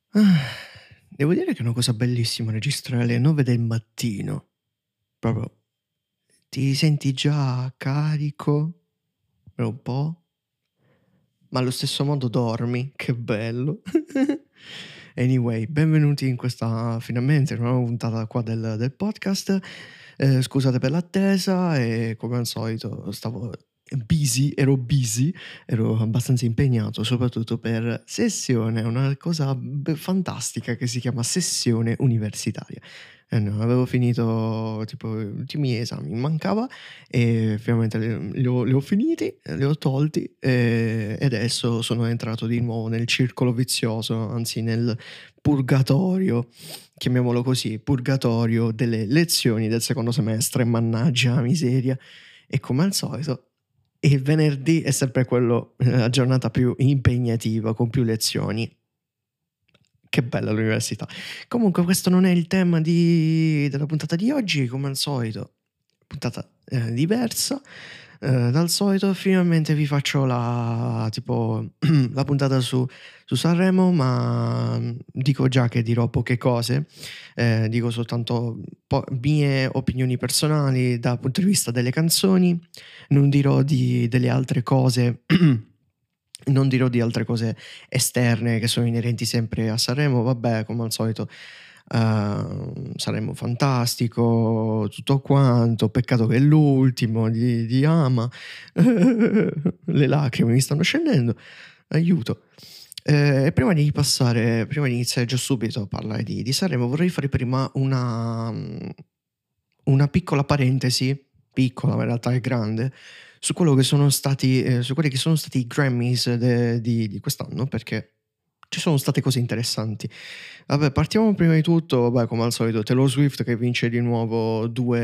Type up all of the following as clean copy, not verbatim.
Ah, devo dire che è una cosa bellissima registrare alle 9 del mattino. Proprio ti senti già carico per un po', ma allo stesso modo dormi. Che bello. Anyway, benvenuti in questa finalmente nuova puntata qua del podcast. Scusate per l'attesa e come al solito ero abbastanza impegnato, soprattutto per sessione, una cosa fantastica che si chiama sessione universitaria. No, avevo finito tipo gli ultimi esami, mi mancava e finalmente li ho finiti, li ho tolti, e adesso sono entrato di nuovo nel circolo vizioso, anzi nel purgatorio, chiamiamolo così, purgatorio delle lezioni del secondo semestre, mannaggia la miseria. E come al solito il venerdì è sempre la giornata più impegnativa, con più lezioni. Che bella l'università. Comunque questo non è il tema della puntata di oggi, come al solito, puntata diversa dal solito. Finalmente vi faccio la puntata su Sanremo, ma dico già che dirò poche cose, dico soltanto mie opinioni personali dal punto di vista delle canzoni, non dirò delle altre cose. Non dirò di altre cose esterne che sono inerenti sempre a Sanremo, vabbè, come al solito, Sanremo fantastico, tutto quanto, peccato che è l'ultimo di Ama, le lacrime mi stanno scendendo, aiuto. E prima di iniziare già subito a parlare di Sanremo, vorrei fare prima una piccola parentesi, piccola ma in realtà è grande, su quelli che sono stati i Grammys di quest'anno, perché ci sono state cose interessanti. Vabbè, partiamo prima di tutto, vabbè, come al solito, Taylor Swift che vince di nuovo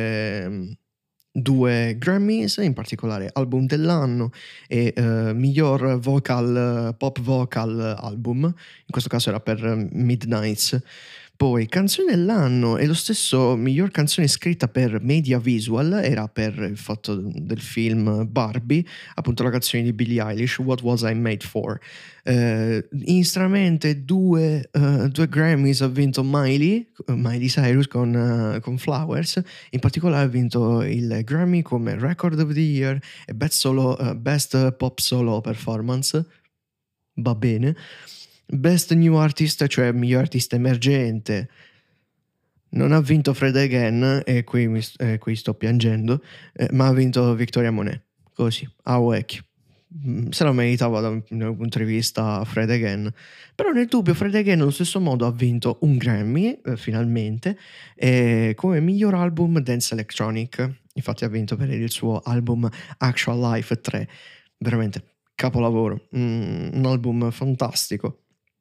due Grammys, in particolare album dell'anno e miglior pop vocal album, in questo caso era per Midnights. Poi canzone dell'anno e lo stesso miglior canzone scritta per media visual era per il fatto del film Barbie, appunto la canzone di Billie Eilish, What Was I Made For. Stranamente due Grammys ha vinto Miley Cyrus con Flowers, in particolare ha vinto il Grammy come Record of the Year e Best Pop Solo Performance, va bene. Best New Artist, cioè miglior artista emergente, non ha vinto Fred Again, e qui sto piangendo, ma ha vinto Victoria Monet, così, a vecchio. Se lo meritava da un punto di vista Fred Again, però nel dubbio Fred Again allo stesso modo ha vinto un Grammy, finalmente, come miglior album Dance Electronic. Infatti ha vinto per il suo album Actual Life 3, veramente capolavoro, un album fantastico.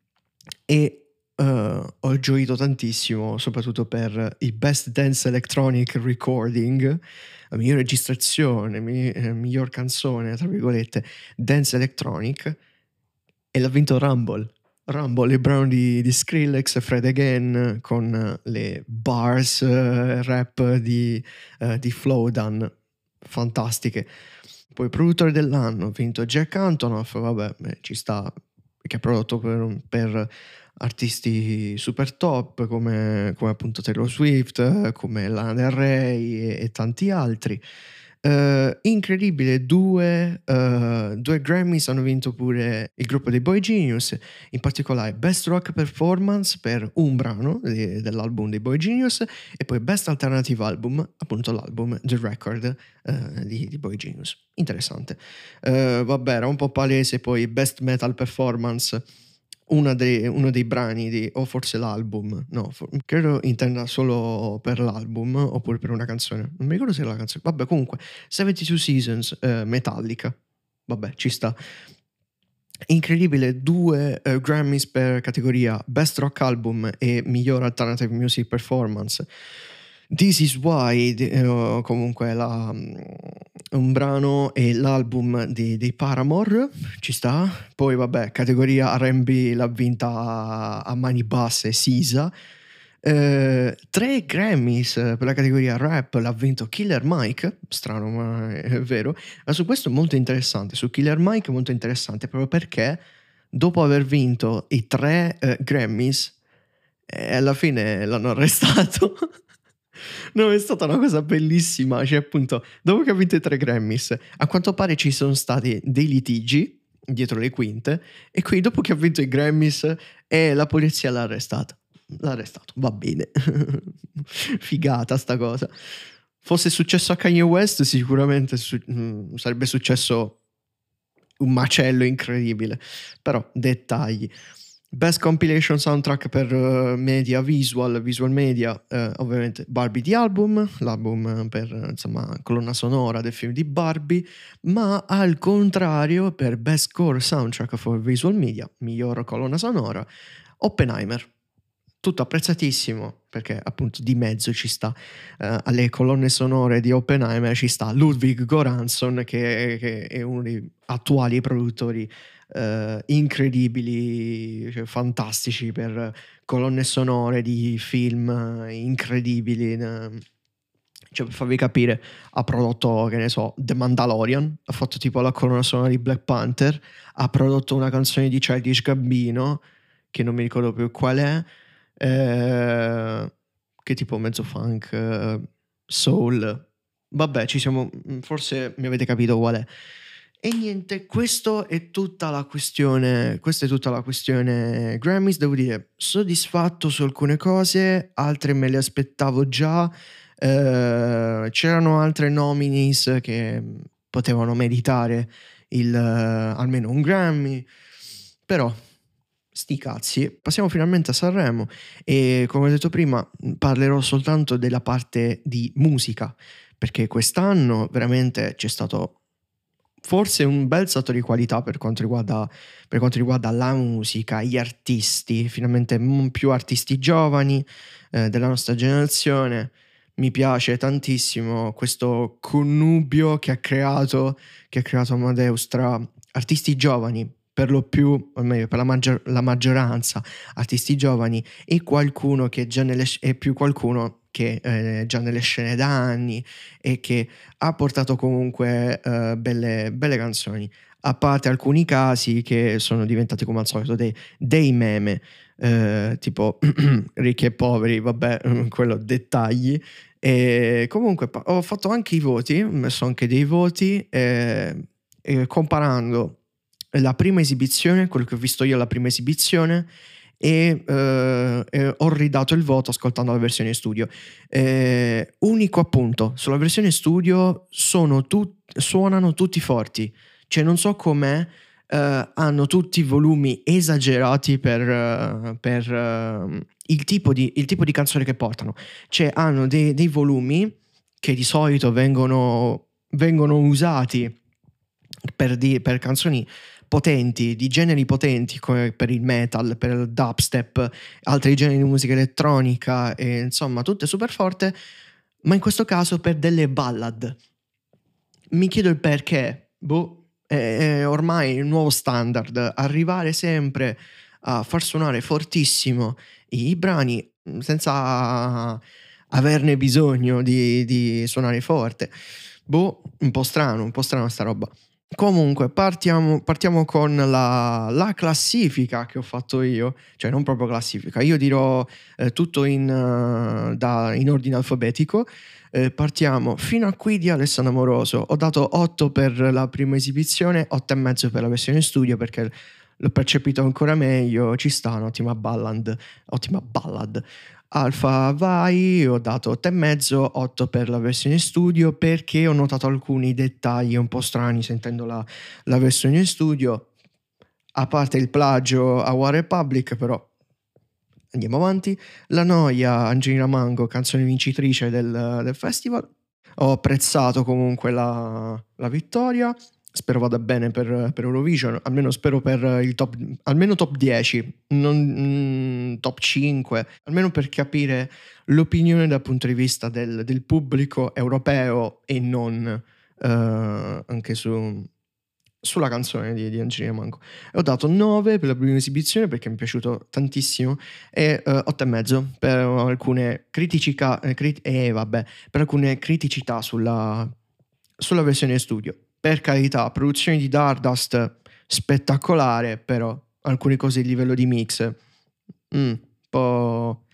E ho gioito tantissimo, soprattutto per il Best Dance Electronic Recording, la miglior registrazione, miglior canzone, tra virgolette, Dance Electronic, e l'ha vinto Rumble. Rumble, il brano di Skrillex e Fred Again con le bars rap di Flowdan, fantastiche. Poi produttore dell'anno ha vinto Jack Antonoff, vabbè, ci sta, che ha prodotto per artisti super top come appunto Taylor Swift, come Lana Del Rey e tanti altri. Incredibile, due Grammys hanno vinto pure il gruppo dei Boy Genius, in particolare Best Rock Performance per un brano dell'album dei Boy Genius e poi Best Alternative Album, appunto l'album The Record di Boy Genius. Interessante. Vabbè, era un po' palese poi Best Metal Performance, uno dei brani o forse l'album, no, credo intenda solo per l'album oppure per una canzone, non mi ricordo se era la canzone, vabbè, comunque 72 Seasons, Metallica, vabbè, ci sta. Incredibile, due Grammys per categoria Best Rock Album e Miglior Alternative Music Performance. This Is Why, comunque un brano e l'album dei Paramore, ci sta. Poi vabbè, categoria R&B l'ha vinta a mani basse Sisa. 3 Grammys per la categoria rap l'ha vinto Killer Mike, strano ma è vero. Ma su questo è molto interessante, su Killer Mike è molto interessante proprio perché dopo aver vinto i 3 Grammys e alla fine l'hanno arrestato. No, è stata una cosa bellissima, cioè appunto dopo che ha vinto i 3 Grammys, a quanto pare ci sono stati dei litigi dietro le quinte e quindi dopo che ha vinto i Grammys la polizia l'ha arrestato. L'ha arrestato, va bene. Figata sta cosa. Fosse successo a Kanye West sicuramente sarebbe successo un macello incredibile, però dettagli. Best compilation soundtrack per visual media, ovviamente Barbie The Album, l'album per insomma colonna sonora del film di Barbie, ma al contrario per best score soundtrack for visual media, miglior colonna sonora, Oppenheimer. Tutto apprezzatissimo perché appunto di mezzo ci sta alle colonne sonore di Oppenheimer ci sta Ludwig Göransson che è uno dei attuali produttori incredibili, cioè fantastici per colonne sonore di film incredibili. Cioè, per farvi capire, ha prodotto, che ne so, The Mandalorian, ha fatto tipo la colonna sonora di Black Panther, ha prodotto una canzone di Childish Gambino, che non mi ricordo più qual è, che tipo mezzo funk, soul. Vabbè, ci siamo, forse mi avete capito qual è. E niente, questa è tutta la questione Grammys. Devo dire, soddisfatto su alcune cose, altre me le aspettavo già. C'erano altre nominees che potevano meritare almeno un Grammy, però sti cazzi. Passiamo finalmente a Sanremo e come ho detto prima parlerò soltanto della parte di musica, perché quest'anno veramente c'è stato forse un bel salto di qualità per quanto riguarda la musica, gli artisti, finalmente più artisti giovani della nostra generazione. Mi piace tantissimo questo connubio che ha creato Amadeus tra artisti giovani, per lo più, o meglio, per la maggioranza artisti giovani e qualcuno che già qualcuno che è già nelle scene da anni e che ha portato comunque belle canzoni, a parte alcuni casi che sono diventati come al solito dei meme, tipo ricchi e poveri, vabbè, quello dettagli. E comunque ho fatto anche i voti, ho messo anche dei voti comparando la prima esibizione, quello che ho visto io alla prima esibizione e ho ridato il voto ascoltando la versione studio. Unico appunto, sulla versione studio suonano tutti forti, cioè non so com'è, hanno tutti volumi esagerati per il tipo di canzone che portano, cioè hanno dei volumi che di solito vengono usati per canzoni potenti, di generi potenti come per il metal, per il dubstep, altri generi di musica elettronica, e insomma tutte super forte, ma in questo caso per delle ballad. Mi chiedo il perché, è ormai il nuovo standard, arrivare sempre a far suonare fortissimo i brani senza averne bisogno di suonare forte. Un po' strano sta roba. Comunque partiamo con la classifica che ho fatto io, cioè non proprio classifica, io dirò tutto in ordine alfabetico. Partiamo fino a qui di Alessandro Amoroso. Ho dato 8 per la prima esibizione, 8,5 per la versione studio perché l'ho percepito ancora meglio, ci sta un'ottima ballad. Alfa Vai ho dato 8,5, 8 per la versione studio perché ho notato alcuni dettagli un po' strani sentendo la versione studio, a parte il plagio a One Republic, però andiamo avanti. La Noia, Angelina Mango, canzone vincitrice del festival. Ho apprezzato comunque la vittoria. Spero vada bene per Eurovision, almeno spero per il almeno top 10, non top 5, almeno per capire l'opinione dal punto di vista del pubblico europeo e non anche sulla canzone di Angelina Mango. E ho dato 9 per la prima esibizione perché mi è piaciuto tantissimo e 8,5 per alcune criticità, per alcune criticità sulla versione studio. Per carità, produzione di Dardust spettacolare, però alcune cose a livello di mix un po'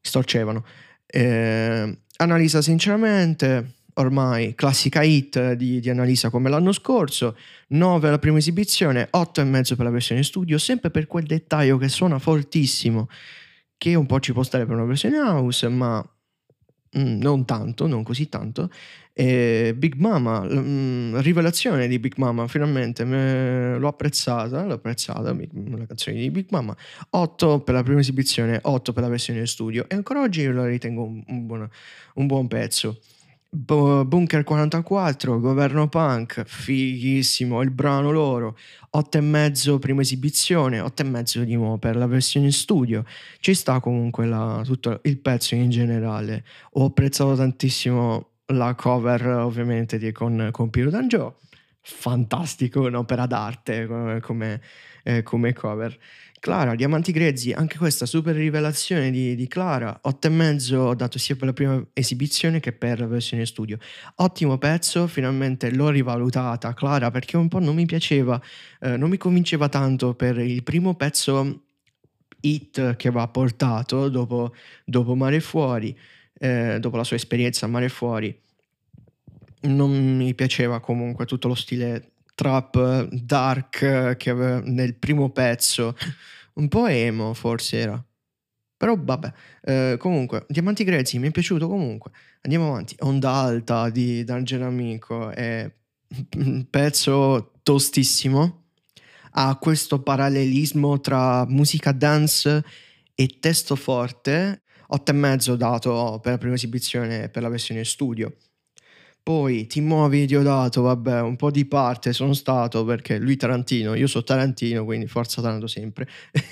storcevano. Annalisa sinceramente, ormai classica hit di Annalisa come l'anno scorso, 9 alla prima esibizione, 8,5 per la versione studio, sempre per quel dettaglio che suona fortissimo, che un po' ci può stare per una versione house, ma non tanto, non così tanto. Big Mama, rivelazione di Big Mama, finalmente l'ho apprezzata la canzone di Big Mama. 8 per la prima esibizione, 8 per la versione studio, e ancora oggi io la ritengo un buon pezzo. Bunker 44, Governo Punk, fighissimo il brano loro. 8,5 prima esibizione, 8,5 di nuovo per la versione studio. Ci sta comunque tutto il pezzo in generale. Ho apprezzato tantissimo la cover, ovviamente, con Piro D'Angio. Fantastico, un'opera d'arte come cover. Clara, Diamanti Grezzi, anche questa super rivelazione di Clara. 8,5 ho dato sia per la prima esibizione che per la versione studio. Ottimo pezzo, finalmente l'ho rivalutata Clara, perché un po' non mi piaceva, non mi convinceva tanto per il primo pezzo hit che aveva portato dopo Mare Fuori, dopo la sua esperienza a Mare Fuori. Non mi piaceva comunque tutto lo stile trap dark che aveva nel primo pezzo, un po' emo forse era, però vabbè. Comunque Diamanti Grezzi mi è piaciuto comunque. Andiamo avanti. Onda Alta di D'Angelo Amico è un pezzo tostissimo, ha questo parallelismo tra musica dance e testo forte. 8,5 dato per la prima esibizione e per la versione studio. Poi Ti muovi Diodato, vabbè, un po' di parte sono stato, perché lui Tarantino, io so Tarantino, quindi forza Taranto sempre.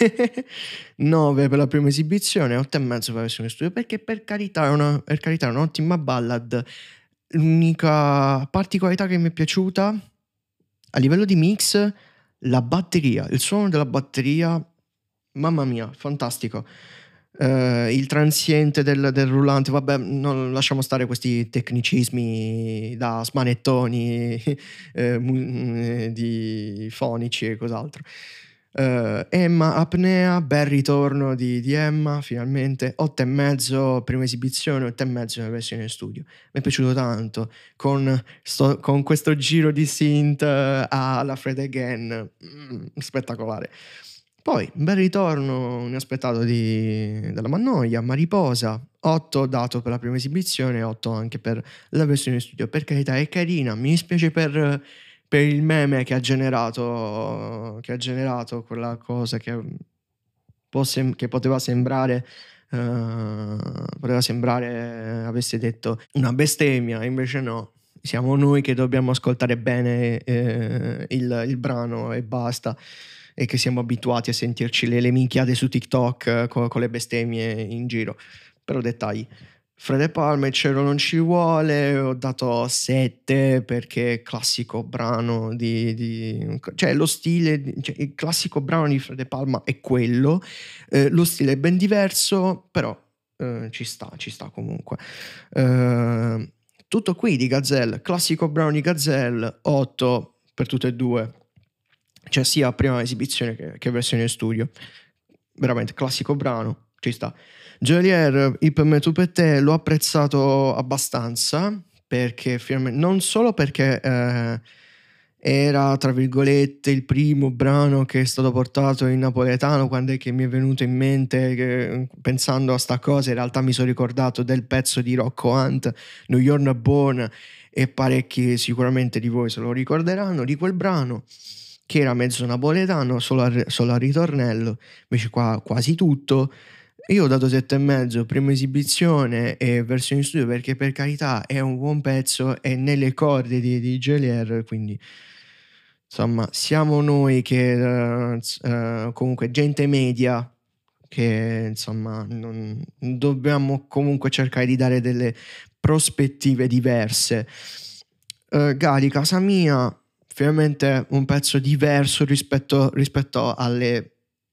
9 per la prima esibizione, 8,5 per la versione studio, perché per carità è un'ottima ballad. L'unica particolarità che mi è piaciuta a livello di mix, la batteria, il suono della batteria, mamma mia, fantastico. Il transiente del rullante, vabbè, non lasciamo stare questi tecnicismi da smanettoni di fonici e cos'altro. Emma Apnea, bel ritorno di Emma, finalmente. 8,5 prima esibizione, 8,5 nella versione studio. Mi è piaciuto tanto, con questo giro di synth alla Fred Again, spettacolare. Poi, un bel ritorno inaspettato della Mannoia, Mariposa, 8 dato per la prima esibizione, 8 anche per la versione studio. Per carità, è carina, mi dispiace per il meme che ha generato quella cosa che poteva sembrare avesse detto una bestemmia, invece no. Siamo noi che dobbiamo ascoltare bene il brano e basta, e che siamo abituati a sentirci le minchiate su TikTok con le bestemmie in giro. Però dettagli. Fred Palmer, Cielo non ci vuole, ho dato 7 perché classico brano cioè lo stile, cioè il classico brano di Fred Palma è quello, lo stile è ben diverso, però ci sta comunque. Tutto qui di Gazelle, classico brano di Gazelle, 8 per tutte e due, cioè sia prima esibizione che versione studio. Veramente classico brano, ci sta. Geolier, Il per me tu per te, l'ho apprezzato abbastanza, perché non solo perché era tra virgolette il primo brano che è stato portato in napoletano, quando è che mi è venuto in mente che, pensando a sta cosa, in realtà mi sono ricordato del pezzo di Rocco Hunt, New York Born, e parecchi sicuramente di voi se lo ricorderanno, di quel brano che era mezzo napoletano, solo al ritornello, invece qua quasi tutto. Io ho dato 7,5 prima esibizione e versione studio, perché per carità è un buon pezzo, è nelle corde di Geolier, quindi insomma siamo noi che comunque gente media, che insomma non dobbiamo comunque cercare di dare delle prospettive diverse. Gali, Casa Mia, finalmente un pezzo diverso rispetto alle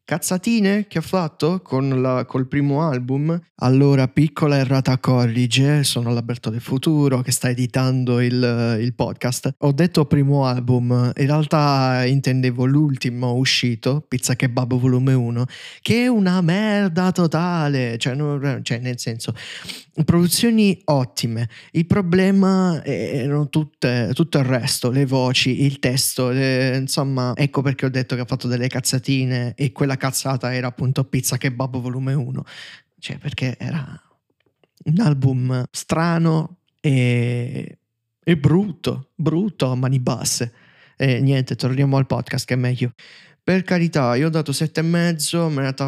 cazzatine che ho fatto col primo album. Allora, piccola errata corrige, sono l'Alberto del futuro che sta editando il podcast. Ho detto primo album, in realtà intendevo l'ultimo uscito, Pizza Kebab volume 1, che è una merda totale, cioè nel senso, produzioni ottime, il problema erano tutto il resto, le voci, il testo, insomma, ecco perché ho detto che ha fatto delle cazzatine e quella cazzata era appunto Pizza Kebab volume 1, cioè perché era un album strano e brutto a mani basse. E niente, torniamo al podcast che è meglio. Per carità, io ho dato 7,5, ma in realtà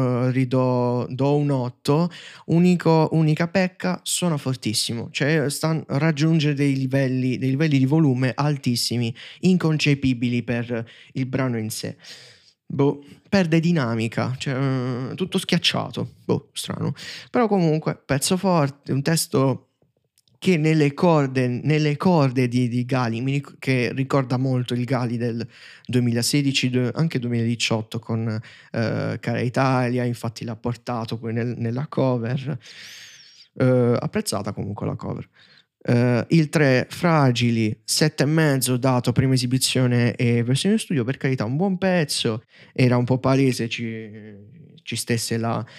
do un 8. Unica pecca, suona fortissimo, cioè raggiunge dei livelli di volume altissimi, inconcepibili per il brano in sé. Boh, perde dinamica, cioè tutto schiacciato, boh, strano. Però comunque, pezzo forte, un testo che nelle corde di Gali, che ricorda molto il Gali del 2016, anche 2018 con Cara Italia, infatti l'ha portato poi nella cover, apprezzata comunque la cover. Il 3 Fragili, 7,5 dato prima esibizione e versione studio, per carità un buon pezzo, era un po' palese ci stesse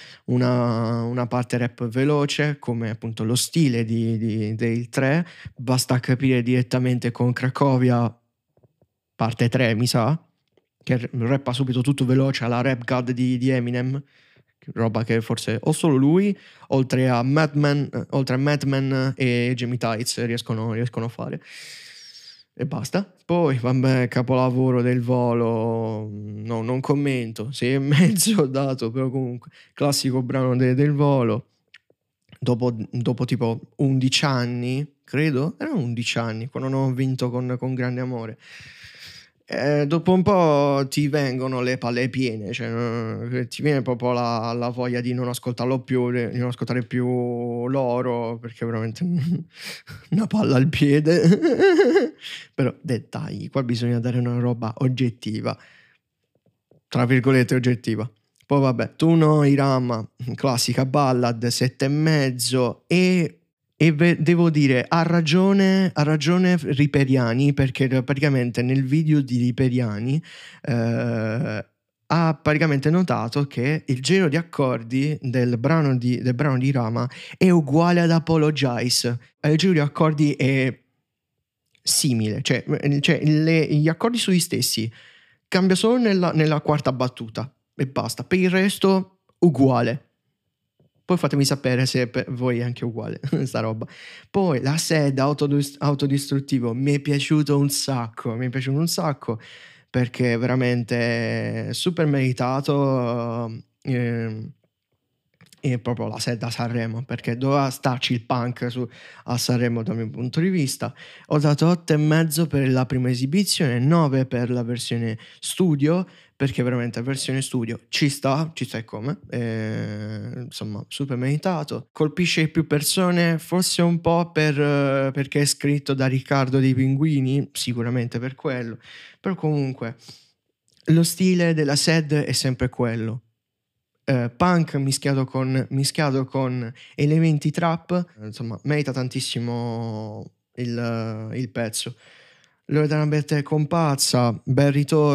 una parte rap veloce come appunto lo stile del 3, basta capire direttamente con Cracovia parte 3 mi sa, che rappa subito tutto veloce alla Rap God di Eminem, roba che forse o solo lui, oltre a Madman e Jamie Tights riescono a fare. E basta. Poi, vabbè, capolavoro del Volo, no, non commento, 6,5 ho dato, però comunque, classico brano del Volo. Dopo tipo 11 anni, credo, erano 11 anni, quando non ho vinto con Grande Amore. Dopo un po' ti vengono le palle piene, cioè ti viene proprio la voglia di non ascoltarlo più, di non ascoltare più loro, perché veramente una palla al piede. Però dettagli, qua bisogna dare una roba oggettiva, tra virgolette oggettiva. Poi vabbè, Tu no, Irama, classica ballad, 7,5 devo dire, ha ragione Riperiani, perché praticamente nel video di Riperiani ha praticamente notato che il giro di accordi del brano di Rama è uguale ad Apologize. Il giro di accordi è simile, cioè gli accordi sono gli stessi, cambia solo nella quarta battuta e basta, per il resto uguale. Poi fatemi sapere se per voi è anche uguale sta roba. Poi la SED autodistruttivo mi è piaciuto un sacco, perché veramente super meritato, e proprio la SED a Sanremo, perché doveva starci il punk a Sanremo dal mio punto di vista. Ho dato 8,5 per la prima esibizione, 9 per la versione studio, perché veramente la versione studio ci sta e come, insomma super meritato, colpisce più persone, forse un po' perché è scritto da Riccardo dei Pinguini, sicuramente per quello, però comunque lo stile della SED è sempre quello. Punk mischiato con elementi trap, insomma merita tantissimo il pezzo. Loredana Bertè è compazza, buon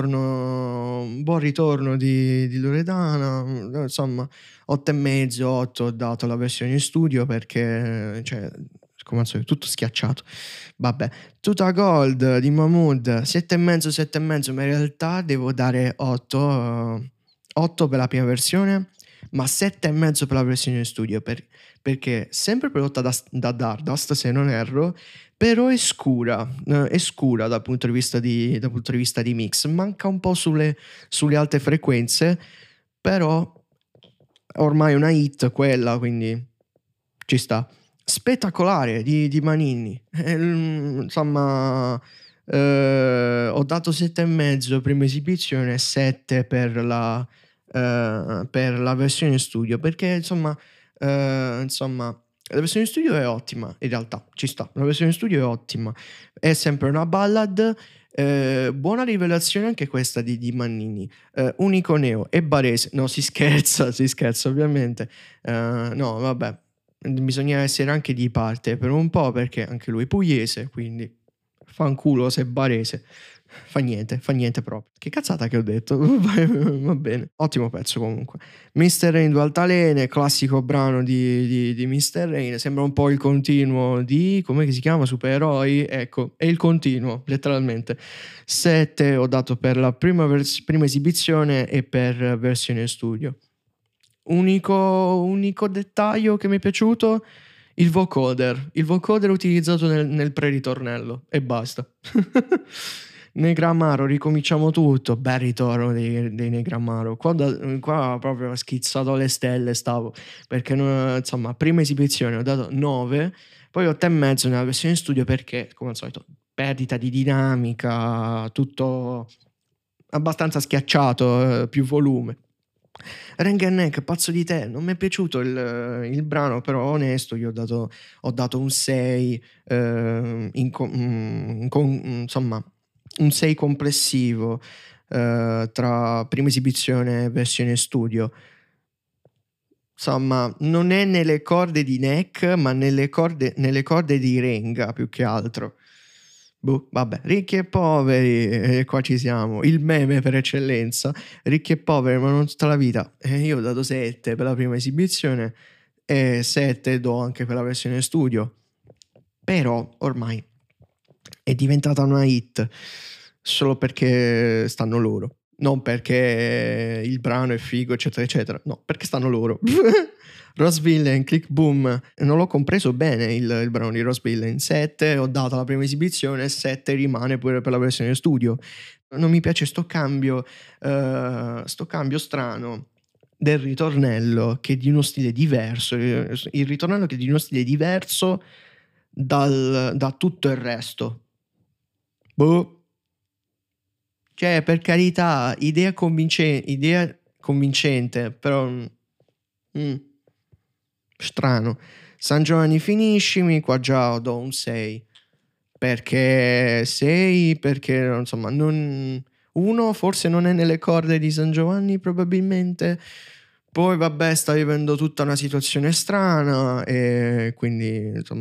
ritorno di Loredana, insomma 8,5, 8 ho dato la versione in studio perché, cioè, come al solito, tutto schiacciato. Vabbè, Tuta Gold di Mahmood, 7,5, ma in realtà devo dare 8, 8 per la prima versione, ma 7,5 per la versione in studio, perché sempre prodotta da Dardust, se non erro, però è scura dal punto di vista di mix, manca un po' sulle alte frequenze, però ormai è una hit quella, quindi ci sta. Spettacolare di Manini, insomma, ho dato 7,5 prima esibizione e 7 per la versione studio, perché insomma La versione studio è ottima, in realtà, ci sta. La versione studio è ottima. È sempre una ballad. Buona rivelazione anche questa di Mannini. Unico neo e barese. No, si scherza ovviamente. No, vabbè. Bisogna essere anche di parte per un po', perché anche lui è pugliese, quindi fanculo se è barese. Fa niente proprio. Che cazzata che ho detto. Va bene. Ottimo pezzo comunque. Mr. Rain Due Altalene, classico brano di Mr. Rain. Sembra un po' il continuo di, come si chiama? Supereroi. Ecco, è il continuo, letteralmente. 7 ho dato per la prima esibizione e per versione studio. Unico dettaglio che mi è piaciuto, il vocoder. Il vocoder utilizzato nel pre-ritornello e basta. Negramaro, ricominciamo tutto. Bel ritorno dei Negramaro. Qua proprio ho schizzato alle stelle stavo, perché insomma, prima esibizione ho dato 9, poi 8,5 nella versione studio perché, come al solito, perdita di dinamica, tutto abbastanza schiacciato, più volume. Neck, pazzo di te, non mi è piaciuto il brano, però onesto, io ho dato un 6, insomma, un 6 complessivo tra prima esibizione e versione studio. Insomma, non è nelle corde di Neck, ma nelle corde di Renga più che altro. Boh, vabbè, ricchi e poveri, qua ci siamo, il meme per eccellenza, ricchi e poveri ma non tutta la vita. Io ho dato 7 per la prima esibizione e 7 do anche per la versione studio, però ormai è diventata una hit solo perché stanno loro, non perché il brano è figo eccetera eccetera, no, perché stanno loro. Ross Villain, Click Boom, non l'ho compreso bene il brano di Ross Villain. 7 ho dato la prima esibizione, 7 rimane pure per la versione studio. Non mi piace sto cambio strano del ritornello che è di uno stile diverso, il ritornello che è di uno stile diverso da tutto il resto. Boh. Cioè, per carità, idea convincente, però strano. San Giovanni finiscimi, qua già do un 6. Perché 6? Perché insomma, uno forse non è nelle corde di San Giovanni, probabilmente. Poi vabbè, sta vivendo tutta una situazione strana e quindi insomma,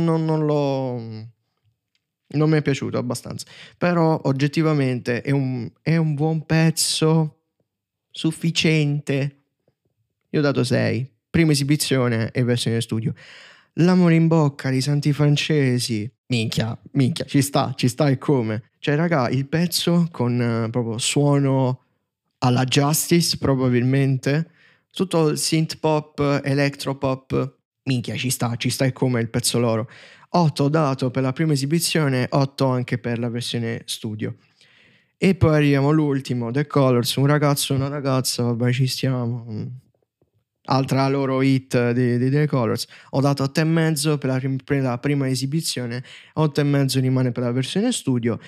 non mi è piaciuto abbastanza. Però oggettivamente è un buon pezzo, sufficiente. Io ho dato 6, prima esibizione e versione studio. L'amore in bocca di Santi Francesi, minchia, ci sta e come. Cioè raga, il pezzo con proprio suono alla Justice probabilmente, tutto il synth pop, electro pop, minchia ci sta e come il pezzo loro. 8 ho dato per la prima esibizione, 8 anche per la versione studio. E poi arriviamo all'ultimo, The Colors, un ragazzo e una ragazza, vabbè ci stiamo. Altra loro hit di The Colors. Ho dato 8,5 per la prima esibizione, 8,5 rimane per la versione studio.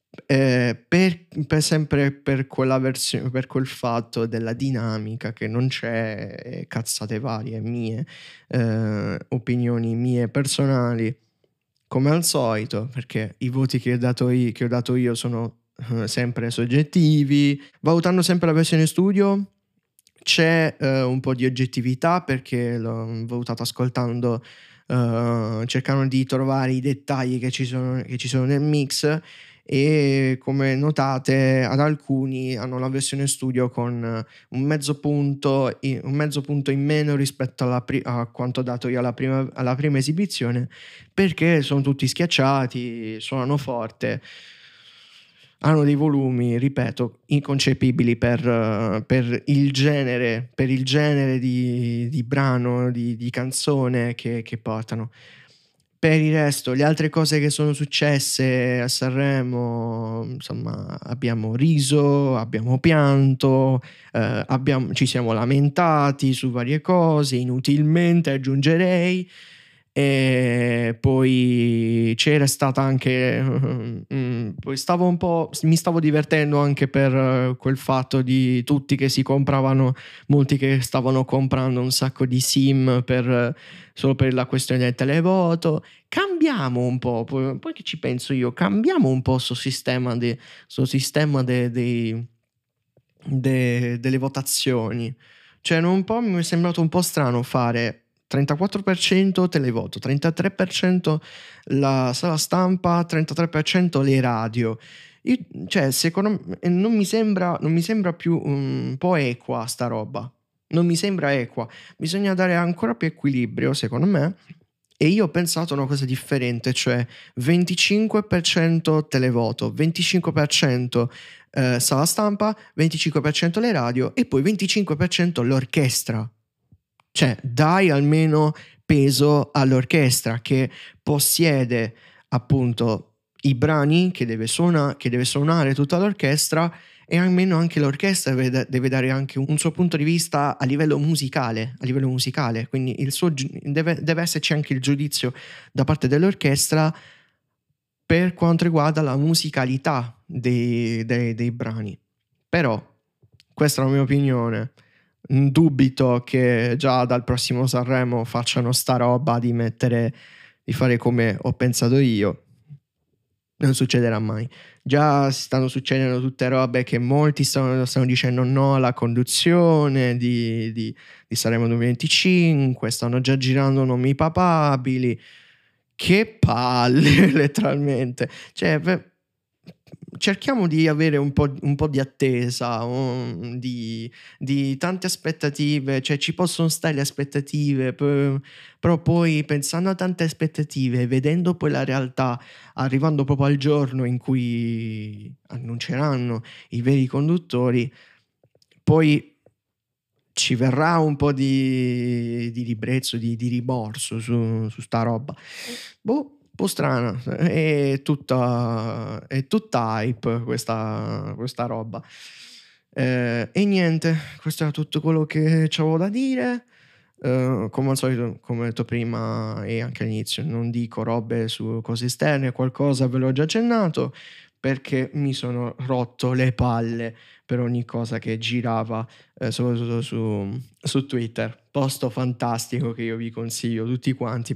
Sempre per quella versione, per quel fatto della dinamica che non c'è, cazzate varie mie, opinioni mie personali, come al solito, perché i voti che ho dato io sono sempre soggettivi. Valutando sempre la versione studio c'è un po' di oggettività, perché l'ho valutato ascoltando, cercando di trovare i dettagli che ci sono nel mix, e come notate ad alcuni hanno la versione studio con un mezzo punto in meno rispetto a quanto dato io alla prima esibizione, perché sono tutti schiacciati, suonano forte, hanno dei volumi, ripeto, inconcepibili per il genere di brano, di canzone che portano. Per il resto, le altre cose che sono successe a Sanremo, insomma, abbiamo riso, abbiamo pianto, ci siamo lamentati su varie cose, inutilmente aggiungerei, E poi c'era stata anche poi mi stavo divertendo anche per quel fatto di tutti che si compravano, molti che stavano comprando un sacco di sim solo per la questione del televoto. Cambiamo un po', poi che ci penso io, cambiamo un po' sto sistema delle votazioni. Cioè, un po' mi è sembrato un po' strano fare 34% televoto, 33% la sala stampa, 33% le radio. Cioè, secondo me non mi sembra più un po' equa sta roba. Non mi sembra equa. Bisogna dare ancora più equilibrio, secondo me. E io ho pensato a una cosa differente, cioè 25% televoto, 25% sala stampa, 25% le radio e poi 25% l'orchestra. Cioè, dai almeno peso all'orchestra che possiede appunto i brani che deve suonare tutta l'orchestra, e almeno anche l'orchestra deve dare anche un suo punto di vista a livello musicale, quindi deve esserci anche il giudizio da parte dell'orchestra per quanto riguarda la musicalità dei brani. Però, questa è la mia opinione. Dubito che già dal prossimo Sanremo facciano sta roba di fare come ho pensato io. Non succederà mai. Già stanno succedendo tutte robe che molti stanno dicendo no alla conduzione di Sanremo 2025, stanno già girando nomi papabili. Che palle, letteralmente. Cioè, cerchiamo di avere un po' di attesa, di tante aspettative. Cioè, ci possono stare le aspettative, però poi pensando a tante aspettative, vedendo poi la realtà, arrivando proprio al giorno in cui annunceranno i veri conduttori, poi ci verrà un po' di ribrezzo, di rimorso su sta roba. Boh, un po' strana. È tutta hype questa roba. E niente, questo era tutto quello che c'avevo da dire. Come al solito, come ho detto prima e anche all'inizio, non dico robe su cose esterne, qualcosa ve l'ho già accennato, perché mi sono rotto le palle per ogni cosa che girava, soprattutto su Twitter. Posto fantastico che io vi consiglio tutti quanti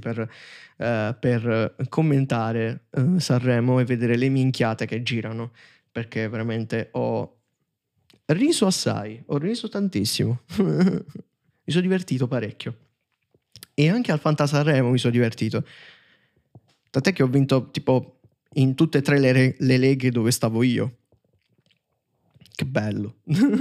per commentare Sanremo e vedere le minchiate che girano, perché veramente ho riso assai, ho riso tantissimo. Mi sono divertito parecchio. E anche al Fantasanremo mi sono divertito. Tant'è che ho vinto tipo in tutte e tre le leghe dove stavo io. Che bello.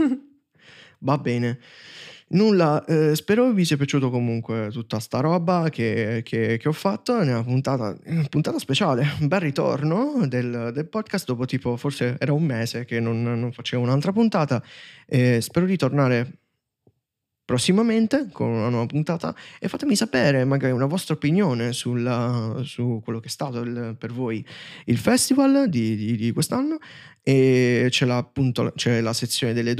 Va bene. Nulla, spero vi sia piaciuto comunque tutta sta roba che ho fatto nella puntata speciale. Un bel ritorno del podcast dopo tipo forse era un mese che non facevo un'altra puntata. Spero di tornare prossimamente con una nuova puntata e fatemi sapere magari una vostra opinione su quello che è stato per voi il festival di quest'anno, e c'è la sezione delle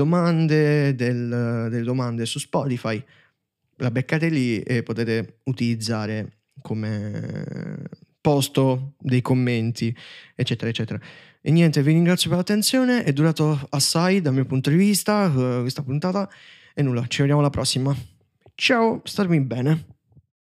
delle domande su Spotify, la beccate lì e potete utilizzare come posto dei commenti, eccetera eccetera. E niente, vi ringrazio per l'attenzione, è durato assai dal mio punto di vista questa puntata. E nulla, ci vediamo alla prossima. Ciao, statemi bene.